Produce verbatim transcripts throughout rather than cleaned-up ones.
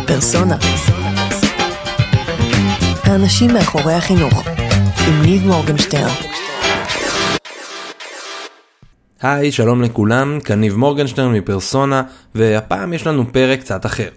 פרסונה. האנשים מאחורי החינוך, עם ניב מורגנשטרן. היי, שלום לכולם, כאן ניב מורגנשטרן מפרסונה, והפעם יש לנו פרק קצת אחר.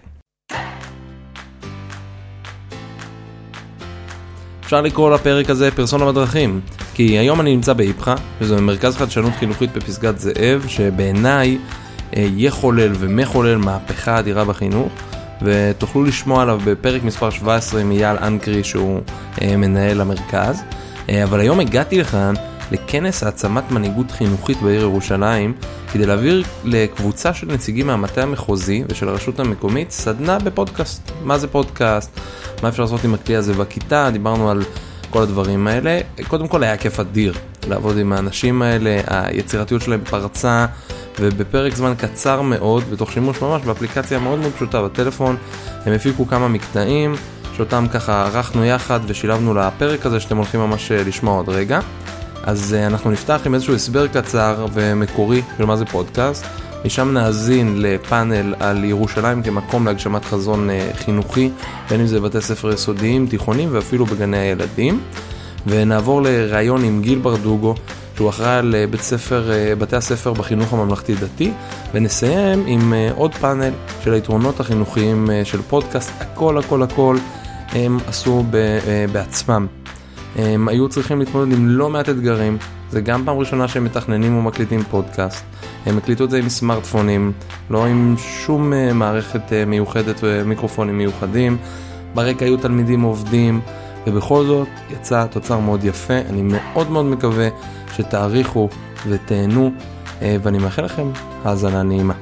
אפשר לקרוא לפרק הזה פרסונה בדרכים, כי היום אני נמצא באיפחה, וזה מרכז חדשנות חינוכית בפסגת זאב, שבעיניי יהיה חולל ומחולל מהפכה אדירה בחינוך, ותוכלו לשמוע עליו בפרק מספר שבע עשרה עם אייל אנקרי שהוא מנהל המרכז. אבל היום הגעתי לכאן לכנס העצמת מנהיגות חינוכית בעיר ירושלים, כדי להעביר לקבוצה של נציגים מהמטה המחוזי ושל הרשות המקומית סדנה בפודקאסט. מה זה פודקאסט? מה אפשר לעשות עם הכלי הזה בכיתה? דיברנו על כל הדברים האלה. קודם כל היה כיף אדיר לעבוד עם האנשים האלה, היצירתיות שלהם פרצה, ובפרק זמן קצר מאוד, ותוך שימוש ממש באפליקציה מאוד מאוד פשוטה בטלפון, הם הפיקו כמה מקטעים, שאותם ככה ערכנו יחד ושילבנו לפרק הזה שאתם הולכים ממש לשמוע עוד רגע. אז אנחנו נפתח עם איזשהו הסבר קצר ומקורי של מה זה פודקאסט, משם נאזין לפאנל על ירושלים כמקום להגשמת חזון חינוכי, בין אם זה בתי ספר יסודיים, תיכונים ואפילו בגני הילדים, ונעבור לראיון עם גיל ברדוגו, שהוא אחראי על בית ספר, בתי הספר בחינוך הממלכתי דתי, ונסיים עם עוד פאנל של היתרונות החינוכיים של פודקאסט. הכל הכל הכל הם עשו בעצמם. הם היו צריכים להתמודד עם לא מעט אתגרים, זה גם פעם ראשונה שהם מתכננים ומקליטים פודקאסט, הם הקליטו את זה עם סמארטפונים, לא עם שום מערכת מיוחדת ומיקרופונים מיוחדים, ברקע היו תלמידים עובדים, ובכל זאת יצא תוצר מאוד יפה. אני מאוד מאוד מקווה שתעריכו ותהנו, ואני מאחל לכם האזנה נעימה.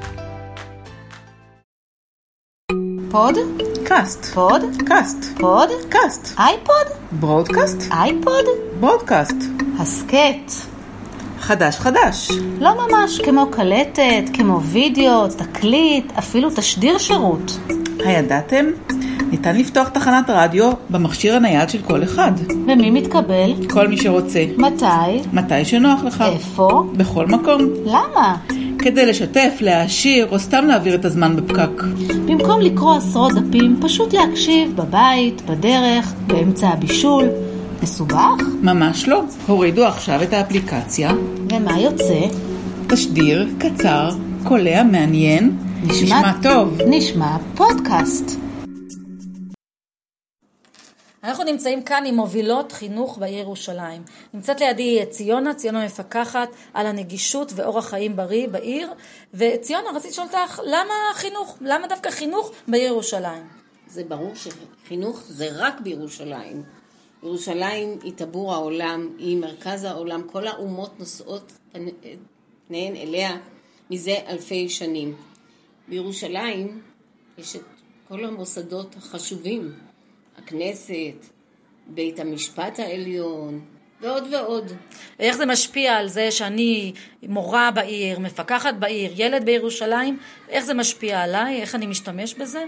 פוד? קאסט. פוד? קאסט. פוד? קאסט. אייפוד? ברודקאסט. אייפוד? ברודקאסט. הסקט. חדש חדש. לא ממש כמו קלטת, כמו וידאו, תקליט, אפילו תשדיר שירות. הידעתם? ניתן לפתוח תחנת רדיו במכשיר הנייד של כל אחד. ומי מתקבל? כל מי שרוצה. מתי? מתי שנוח לך. איפה? בכל מקום. למה? כדי לשתף, להעשיר או סתם להעביר את הזמן בפקק. במקום לקרוא עשרות דפים, פשוט להקשיב בבית, בדרך, באמצע הבישול. מסובך? ממש לא. הורידו עכשיו את האפליקציה. ומה יוצא? תשדיר קצר, קולע, מעניין. נשמע, נשמע טוב. נשמע פודקאסט. אנחנו נמצאים כאן עם מובילות חינוך בעיר ירושלים. נמצאת לידי ציונה, ציונה מפקחת על הנגישות ואורח חיים בריא בעיר. וציונה, רציתי לשאול אותך, למה חינוך? למה דווקא חינוך בעיר ירושלים? זה ברור שחינוך זה רק בירושלים. ירושלים היא טבור העולם, היא מרכז העולם. כל האומות נושאות פניהן אליה מזה אלפי שנים. בירושלים יש את כל המוסדות החשובים. הכנסת, בית המשפט העליון, ועוד ועוד. איך זה משפיע על זה שאני מורה בעיר, מפקחת בעיר, ילד בירושלים? איך זה משפיע עליי? איך אני משתמש בזה?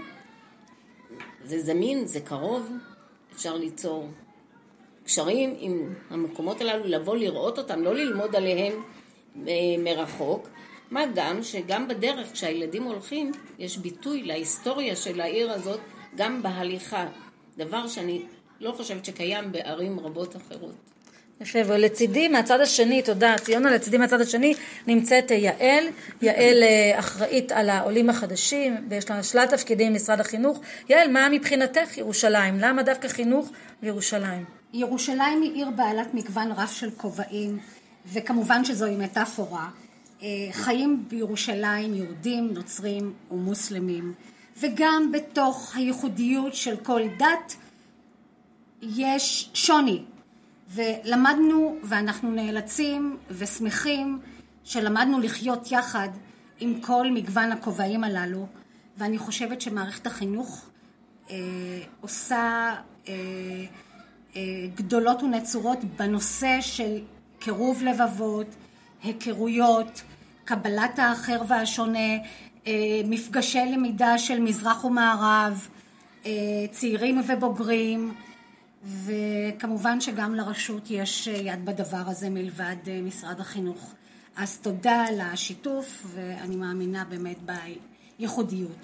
זה זמין, זה קרוב, אפשר ליצור קשרים עם המקומות הללו, לבוא לראות אותם, לא ללמוד עליהם מרחוק. מה גם שגם בדרך, כשהילדים הולכים, יש ביטוי להיסטוריה של העיר הזאת, גם בהליכה. דבר שאני לא חושבת שקיים בערים רבות אחרות. יפה, ולצידי מהצד השני, תודה ציונה, לצידי מהצד השני נמצאת יעל, יעל אחראית על העולים החדשים, ויש לה שלל תפקידים במשרד החינוך. יעל, מה מבחינתך ירושלים? למה דווקא חינוך וירושלים? ירושלים היא עיר בעלת מגוון רב של כובעים, וכמובן שזוהי מטאפורה. חיים בירושלים יהודים, נוצרים ומוסלמים, וגם בתוך הייחודיות של כל דת יש שוני, ולמדנו ואנחנו נאלצים ושמחים שלמדנו לחיות יחד עם כל מגוון הכובעים הללו. ואני חושבת שמערכת החינוך אה, עושה אה, אה, גדולות ונצורות בנושא של קירוב לבבות, היכרויות, קבלת האחר והשונה, מפגשי למידה של מזרח ומערב, צעירים ובוגרים, וכמובן שגם לרשות יש יד בדבר הזה מלבד משרד החינוך. אז תודה על השיתוף, ואני מאמינה באמת בייחודיות.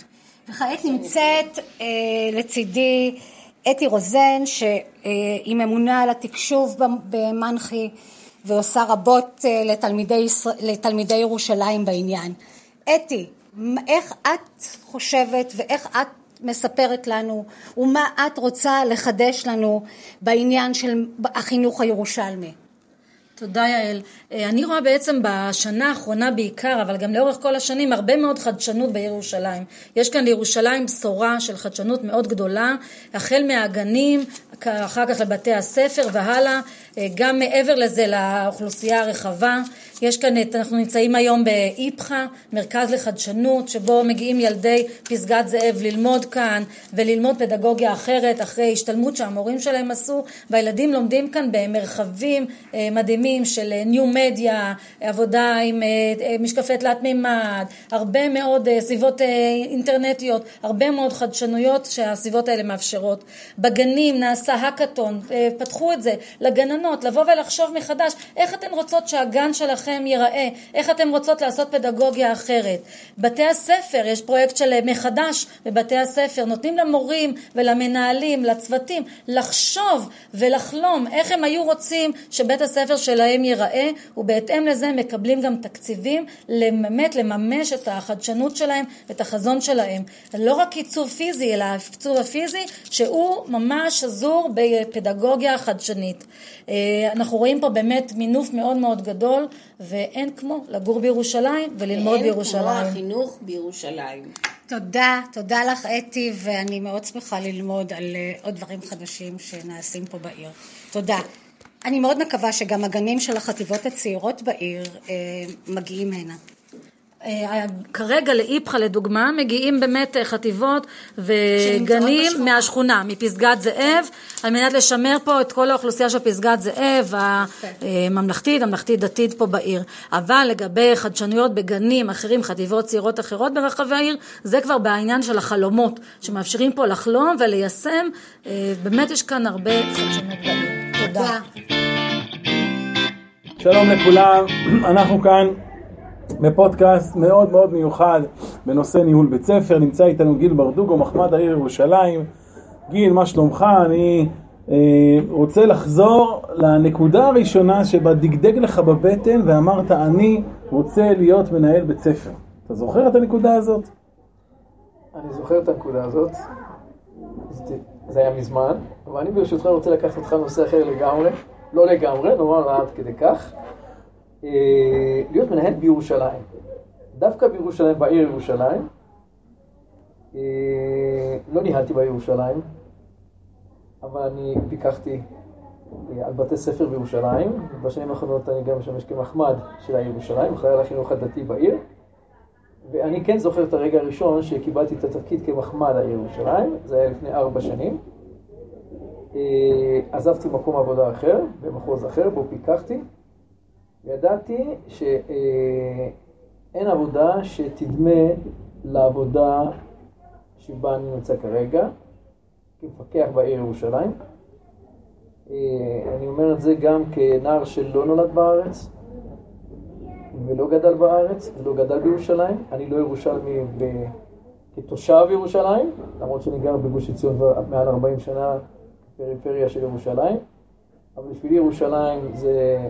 וכעת נמצאת אה, לצידי אתי רוזן, שהיא ממונה על התקשוב במנח"י, ועושה רבות אה, לתלמידי, לתלמידי ירושלים בעניין. אתי, איך את חושבת ואיך את מספרת לנו, ומה את רוצה לחדש לנו בעניין של החינוך הירושלמי? תודה יעל. אני רואה בעצם בשנה האחרונה בעיקר, אבל גם לאורך כל השנים, הרבה מאוד חדשנות בירושלים. יש כאן לירושלים בשורה של חדשנות מאוד גדולה, החל מהגנים, אחר כך לבתי הספר והלאה, גם מעבר לזה לאוכלוסייה הרחבה. יש כאן, אנחנו נמצאים היום באיפחה, מרכז לחדשנות, שבו מגיעים ילדי פסגת זאב ללמוד כאן, וללמוד פדגוגיה אחרת, אחרי השתלמות שהמורים שלהם עשו, והילדים לומדים כאן במרחבים מדהימים של ניו מדיה, עבודה עם משקפי תלת מימד, הרבה מאוד סביבות אינטרנטיות, הרבה מאוד חדשנויות שהסביבות האלה מאפשרות. בגנים נעשה הקטון, פתחו את זה לגננות, לבוא ולחשוב מחדש, איך אתן רוצות שהגן שלכם ייראה, איך אתם רוצות לעשות פדגוגיה אחרת. בתי הספר, יש פרויקט של מחדש בבתי הספר, נותנים למורים ולמנהלים, לצוותים, לחשוב ולחלום איך הם היו רוצים שבית הספר שלהם ייראה, ובהתאם לזה מקבלים גם תקציבים לממת, לממש את החדשנות שלהם, את החזון שלהם. לא רק עיצוב פיזי, אלא העיצוב הפיזי, שהוא ממש עזור בפדגוגיה חדשנית. אנחנו רואים פה באמת מינוף מאוד מאוד גדול, ואין כמו לגור בירושלים וללמוד בירושלים. ואין כמו החינוך בירושלים. תודה, תודה לך אתי, ואני מאוד שמחה ללמוד על עוד דברים חדשים שנעשים פה בעיר. תודה. אני מאוד מקווה שגם הגנים של החטיבות הצעירות בעיר מגיעים הנה. כרגע לאיפחה לדוגמה מגיעים באמת חטיבות וגנים מהשכונה, מפסגת זאב, על מנת לשמר פה את כל האוכלוסייה של פסגת זאב, הממלכתית, הממלכתית דתית פה בעיר. אבל לגבי חדשנויות בגנים אחרים, חטיבות צעירות אחרות ברחבי העיר, זה כבר בעניין של החלומות, שמאפשרים פה לחלום וליישם. באמת יש כאן הרבה חדשנות בעיר. תודה. שלום לכולם, אנחנו כאן בפודקאסט מאוד מאוד מיוחד בנושא ניהול בית ספר. נמצא איתנו גיל ברדוגו, מחמד העיר ירושלים. גיל, מה שלומך? אני אה, רוצה לחזור לנקודה הראשונה שבה דגדג לך בבטן ואמרת אני רוצה להיות מנהל בית ספר. אתה זוכר את הנקודה הזאת? אני זוכר את הנקודה הזאת, זה היה מזמן, אבל אני ברשותך רוצה לקחת אותך נושא אחר לגמרי, לא לגמרי, נאמר עד כדי כך. להיות מנהל בירושלים, דווקא בירושלים, בעיר ירושלים. לא ניהלתי בירושלים, אבל אני פיקחתי על בתי ספר בירושלים. בשנים האחרונות אני גם משמש כמחמד של העיר ירושלים, אחראי על החינוך הדתי בעיר. ואני כן זוכר את הרגע הראשון שקיבלתי את התפקיד כמחמד העיר ירושלים, זה היה לפני ארבע שנים. עזבתי מקום עבודה אחר, במחוז אחר, בו פיקחתי. וידעתי שאין עבודה שתדמה לעבודה שבה אני נמצא כרגע, כמפקח בעיר ירושלים. אני אומר את זה גם כנער שלא נולד בארץ, ולא גדל בארץ, ולא גדל בירושלים. אני לא ירושלמי כתושב ירושלים, למרות שאני גר בגוש עציון מעל ארבעים שנה, פריפריה של ירושלים. אבל בשבילי ירושלים זה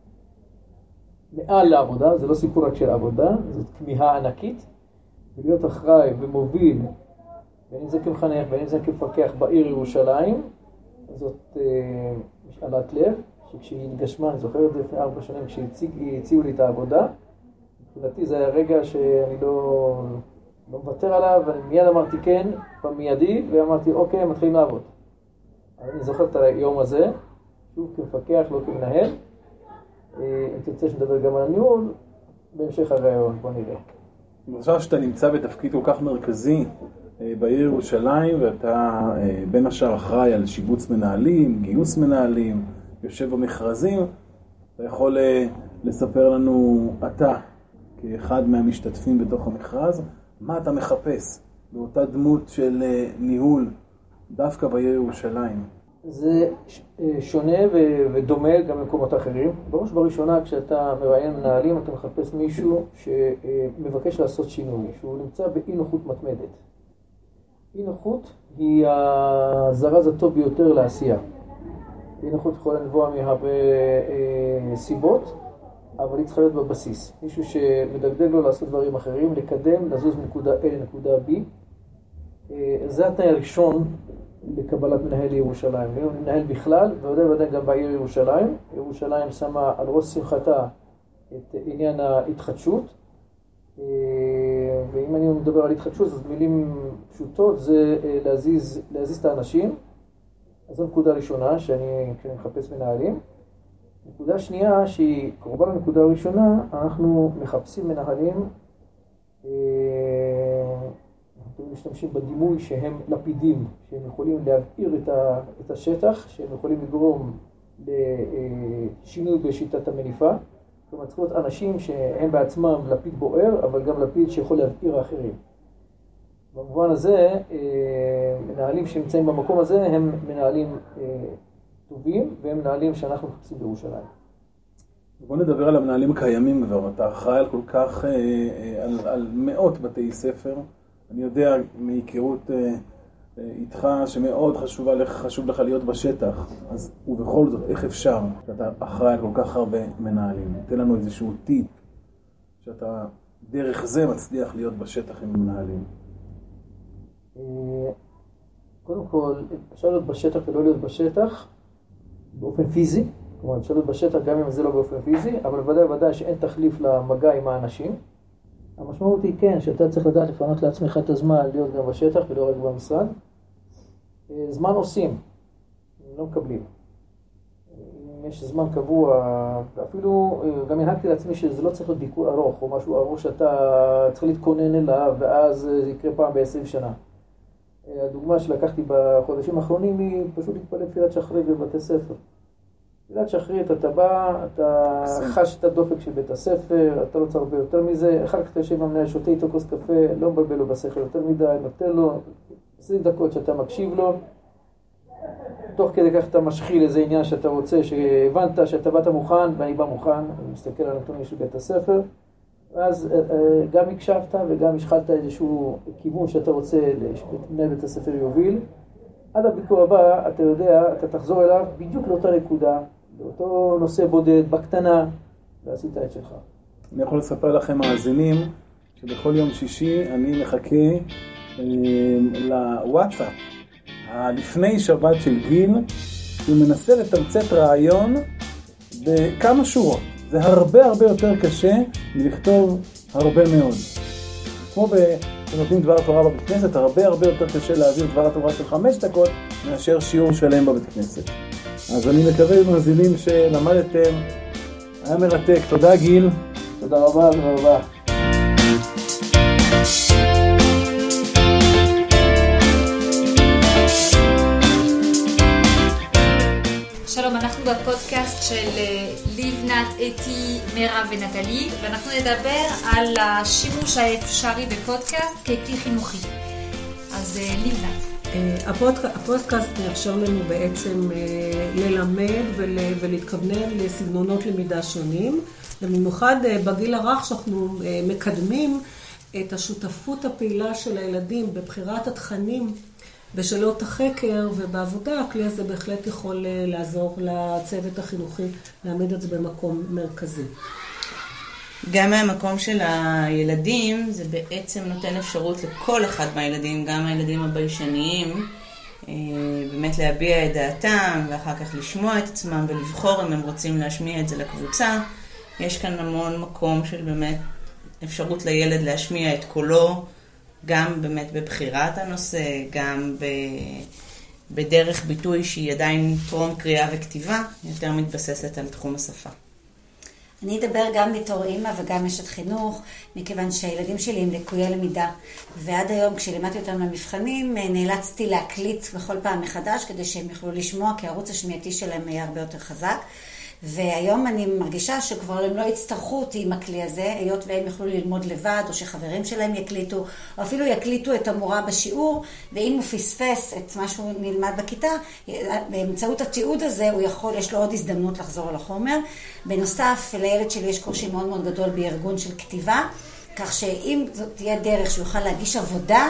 מעל לעבודה, זה לא סיפור רק של עבודה, זאת כמיהה ענקית. ולהיות אחראי ומוביל, בין אם זה כמחנך, בין אם זה כמפקח בעיר ירושלים, זאת אה, משאלת לב, שכשהיא התגשמה, אני זוכר את זה לפני ארבע שנים, כשהציעו לי את העבודה, מבחינתי זה היה רגע שאני לא, לא מוותר עליו, ואני מיד אמרתי כן, במיידי, ואמרתי אוקיי, מתחילים לעבוד. אני זוכר את היום הזה, שוב כמפקח, לא כמנהל. אם תרצה שנדבר גם על הניהול, בהמשך הרעיון, בוא נראה. עכשיו שאתה נמצא בתפקיד כל כך מרכזי בעיר ירושלים, ואתה בין השאר אחראי על שיבוץ מנהלים, גיוס מנהלים, יושב במכרזים, אתה יכול לספר לנו, אתה, כאחד מהמשתתפים בתוך המכרז, מה אתה מחפש באותה דמות של ניהול דווקא בעיר ירושלים? זה שונה ודומה גם במקומות אחרים. בראש בראשונה, כשאתה מראיין מנהלים, אתה מחפש מישהו שמבקש לעשות שינוי, שהוא נמצא באי נוחות מתמדת. אי נוחות היא הזרז הטוב ביותר לעשייה. אי נוחות יכולה לנבוע מהרבה אה, סיבות, אבל היא צריכה להיות בבסיס. מישהו שמדגדג לו לעשות דברים אחרים, לקדם, לזוז מנקודה A לנקודה B. אה, זה התנאי הראשון לקבלת מנהל ירושלים. מנהל בכלל, ועוד ודאי גם בעיר ירושלים. ירושלים שמה על ראש שמחתה את עניין ההתחדשות. ואם אני מדבר על התחדשות, אז מילים פשוטות זה להזיז, להזיז את האנשים. אז זו נקודה ראשונה שאני, כשאני מחפש מנהלים. נקודה שנייה שהיא קרובה לנקודה הראשונה, אנחנו מחפשים מנהלים, אנחנו משתמשים בדימוי שהם לפידים, שהם יכולים להבעיר את, ה, את השטח, שהם יכולים לגרום לשינוי בשיטת המניפה. כלומר, צריכים להיות אנשים שהם בעצמם לפיד בוער, אבל גם לפיד שיכול להבעיר אחרים. במובן הזה, מנהלים שנמצאים במקום הזה הם מנהלים טובים, והם מנהלים שאנחנו מחפשים בירושלים. בוא נדבר על המנהלים הקיימים כבר. אתה אחראי על כל כך, על, על מאות בתי ספר. אני יודע מהיכרות איתך שמאוד חשוב לך, חשוב לך להיות בשטח. אז ובכל זאת, איך אפשר שאתה אחראי על כל כך הרבה מנהלים? תן לנו איזשהו טיפ שאתה דרך זה מצליח להיות בשטח עם מנהלים. קודם כל, אפשר להיות בשטח ולא להיות בשטח באופן פיזי. כלומר, אפשר להיות בשטח גם אם זה לא באופן פיזי, אבל ודאי ודאי שאין תחליף למגע עם האנשים. המשמעות היא כן, שאתה צריך לדעת לפנות לעצמך את הזמן להיות גם בשטח ולא רק במשרד. זמן עושים, לא מקבלים. אם יש זמן קבוע, אפילו גם הנהגתי לעצמי שזה לא צריך להיות ביקור ארוך, או משהו ארוך שאתה צריך להתכונן אליו, ואז זה יקרה פעם בעשרים שנה. הדוגמה שלקחתי בחודשים האחרונים היא פשוט להתפלל תפילת שחרית בבתי ספר. תפילת שחרית, אתה בא, אתה חש את הדופק של בית הספר, אתה לא צריך הרבה יותר מזה, אחר כך אתה יושב במנהל, שותה איתו כוס קפה, לא מבלבל לו בשכל יותר מדי, נותן לו עשרים דקות שאתה מקשיב לו, תוך כדי כך אתה משחיל איזה עניין שאתה רוצה, שהבנת שאתה באת מוכן, ואני בא מוכן, אני מסתכל על הנתונים של בית הספר, ואז גם הקשבת וגם השחלת איזשהו כיוון שאתה רוצה שמנהל בית הספר יוביל. עד הביקור הבא, אתה יודע, אתה תחזור אליו בדיוק לאותה נקודה, לאותו נושא בודד, בקטנה, ועשית את שלך. אני יכול לספר לכם מאזינים, שבכל יום שישי אני מחכה אה, לוואטסאפ, הלפני שבת של גיל, הוא מנסה לתמצת רעיון בכמה שורות. זה הרבה הרבה יותר קשה מלכתוב הרבה מאוד. כמו שנותנים דבר התורה בבית כנסת, הרבה הרבה יותר קשה להעביר דבר התורה של חמש דקות מאשר שיעור שלם בבית כנסת. אז אני מקווה במאזינים שלמדתם, היה מרתק. תודה גיל. תודה רבה, תודה רבה. שלום, אנחנו בפודקאסט של ליבנת, אתי, מרה ונטלי, ואנחנו נדבר על השימוש האפשרי בפודקאסט ככלי חינוכי. אז ליבנת. הפודקאסט מאפשר לנו בעצם ללמד ולהתכוונן לסגנונות למידה שונים, במיוחד בגיל הרך שאנחנו מקדמים את השותפות הפעילה של הילדים בבחירת התכנים בשאלות החקר ובעבודה. הכלי הזה בהחלט יכול לעזור לצוות החינוכי להעמיד את זה במקום מרכזי. גם מהמקום של הילדים זה בעצם נותן אפשרות לכל אחד מהילדים, גם הילדים הביישניים, באמת להביע את דעתם ואחר כך לשמוע את עצמם ולבחור אם הם רוצים להשמיע את זה לקבוצה. יש כאן המון מקום של באמת אפשרות לילד להשמיע את קולו, גם באמת בבחירת הנושא, גם בדרך ביטוי שהיא עדיין טרום קריאה וכתיבה, יותר מתבססת על תחום השפה. אני אדבר גם בתור אימא וגם אשת חינוך, מכיוון שהילדים שלי הם לקויי למידה, ועד היום כשלימדתי אותם למבחנים נאלצתי להקליט בכל פעם מחדש כדי שהם יוכלו לשמוע, כי הערוץ השמיעתי שלהם היה הרבה יותר חזק. והיום אני מרגישה שכבר הם לא יצטרכו אותי עם הכלי הזה, היות והם יוכלו ללמוד לבד, או שחברים שלהם יקליטו, או אפילו יקליטו את המורה בשיעור, ואם הוא פספס את מה שהוא נלמד בכיתה, באמצעות התיעוד הזה הוא יכול, יש לו עוד הזדמנות לחזור על החומר. בנוסף, לילד שלי יש קושי מאוד מאוד גדול בארגון של כתיבה, כך שאם זאת תהיה דרך שהוא יוכל להגיש עבודה,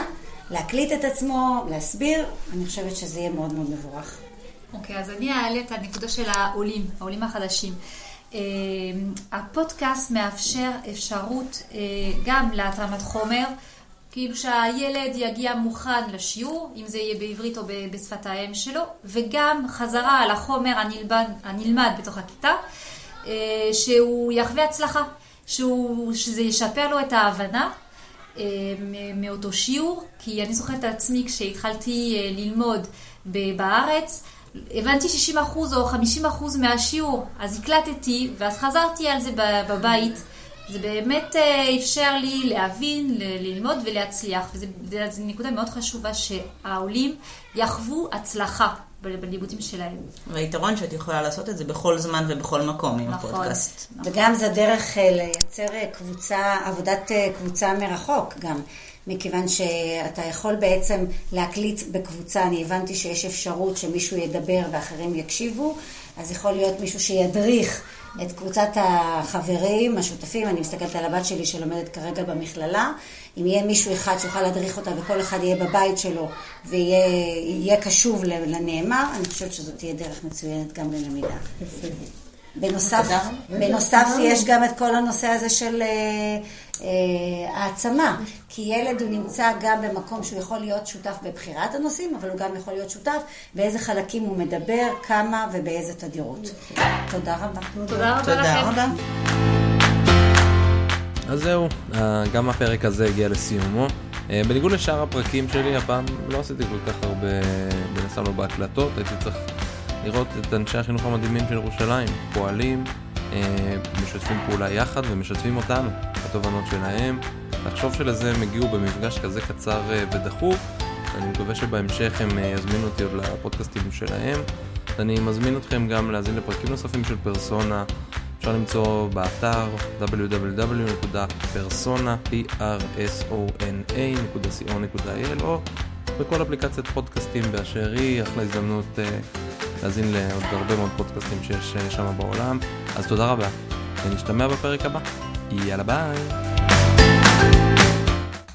להקליט את עצמו, להסביר, אני חושבת שזה יהיה מאוד מאוד מבורך. אוקיי, אז אני אעלה את הנקודה של העולים, העולים החדשים. הפודקאסט מאפשר אפשרות גם להתאמת חומר, כאילו שהילד יגיע מוכן לשיעור, אם זה יהיה בעברית או בשפת האם שלו, וגם חזרה על החומר הנלמד, הנלמד בתוך הכיתה, שהוא יחווה הצלחה, שהוא, שזה ישפר לו את ההבנה מאותו שיעור, כי אני זוכרת את עצמי כשהתחלתי ללמוד בארץ, הבנתי שישים אחוז או חמישים אחוז מהשיעור, אז הקלטתי ואז חזרתי על זה בבית. זה באמת אפשר לי להבין, ללמוד ולהצליח, וזו נקודה מאוד חשובה שהעולים יחוו הצלחה בלימודים שלהם. והיתרון שאת יכולה לעשות את זה בכל זמן ובכל מקום עם נכון, הפודקאסט. נכון. וגם זה דרך לייצר קבוצה, עבודת קבוצה מרחוק גם. מכיוון שאתה יכול בעצם להקליט בקבוצה, אני הבנתי שיש אפשרות שמישהו ידבר ואחרים יקשיבו, אז יכול להיות מישהו שידריך את קבוצת החברים, השותפים, אני מסתכלת על הבת שלי שלומדת כרגע במכללה, אם יהיה מישהו אחד שיוכל להדריך אותה וכל אחד יהיה בבית שלו ויהיה קשוב לנאמר, אני חושבת שזאת תהיה דרך מצוינת גם ללמידה. בנוסף, בנוסף יש גם את כל הנושא הזה של העצמה, כי ילד הוא נמצא גם במקום שהוא יכול להיות שותף בבחירת הנושאים, אבל הוא גם יכול להיות שותף באיזה חלקים הוא מדבר, כמה ובאיזה תדירות. תודה רבה. תודה רבה לכם. אז זהו, גם הפרק הזה הגיע לסיומו. בניגוד לשאר הפרקים שלי, הפעם לא עשיתי כל כך הרבה, בנסה לו בהקלטות, הייתי צריך לראות את אנשי החינוך המדהימים של ירושלים, פועלים, משתפים פעולה יחד ומשתפים אותנו בתובנות שלהם. לחשוב שלזה הם הגיעו במפגש כזה קצר ודחוף. אני מקווה שבהמשך הם יזמינו אותי עוד לפודקאסטים שלהם. אני מזמין אתכם גם להזין לפרקים נוספים של פרסונה. אפשר למצוא באתר דאבליו דאבליו דאבליו נקודה פרסונה נקודה סי או נקודה איי אל או בכל אפליקציית פודקאסטים באשר היא. אחלה הזדמנות להזין לעוד הרבה מאוד פודקאסטים שיש שם בעולם. אז תודה רבה, ונשתמע בפרק הבא. יאללה ביי.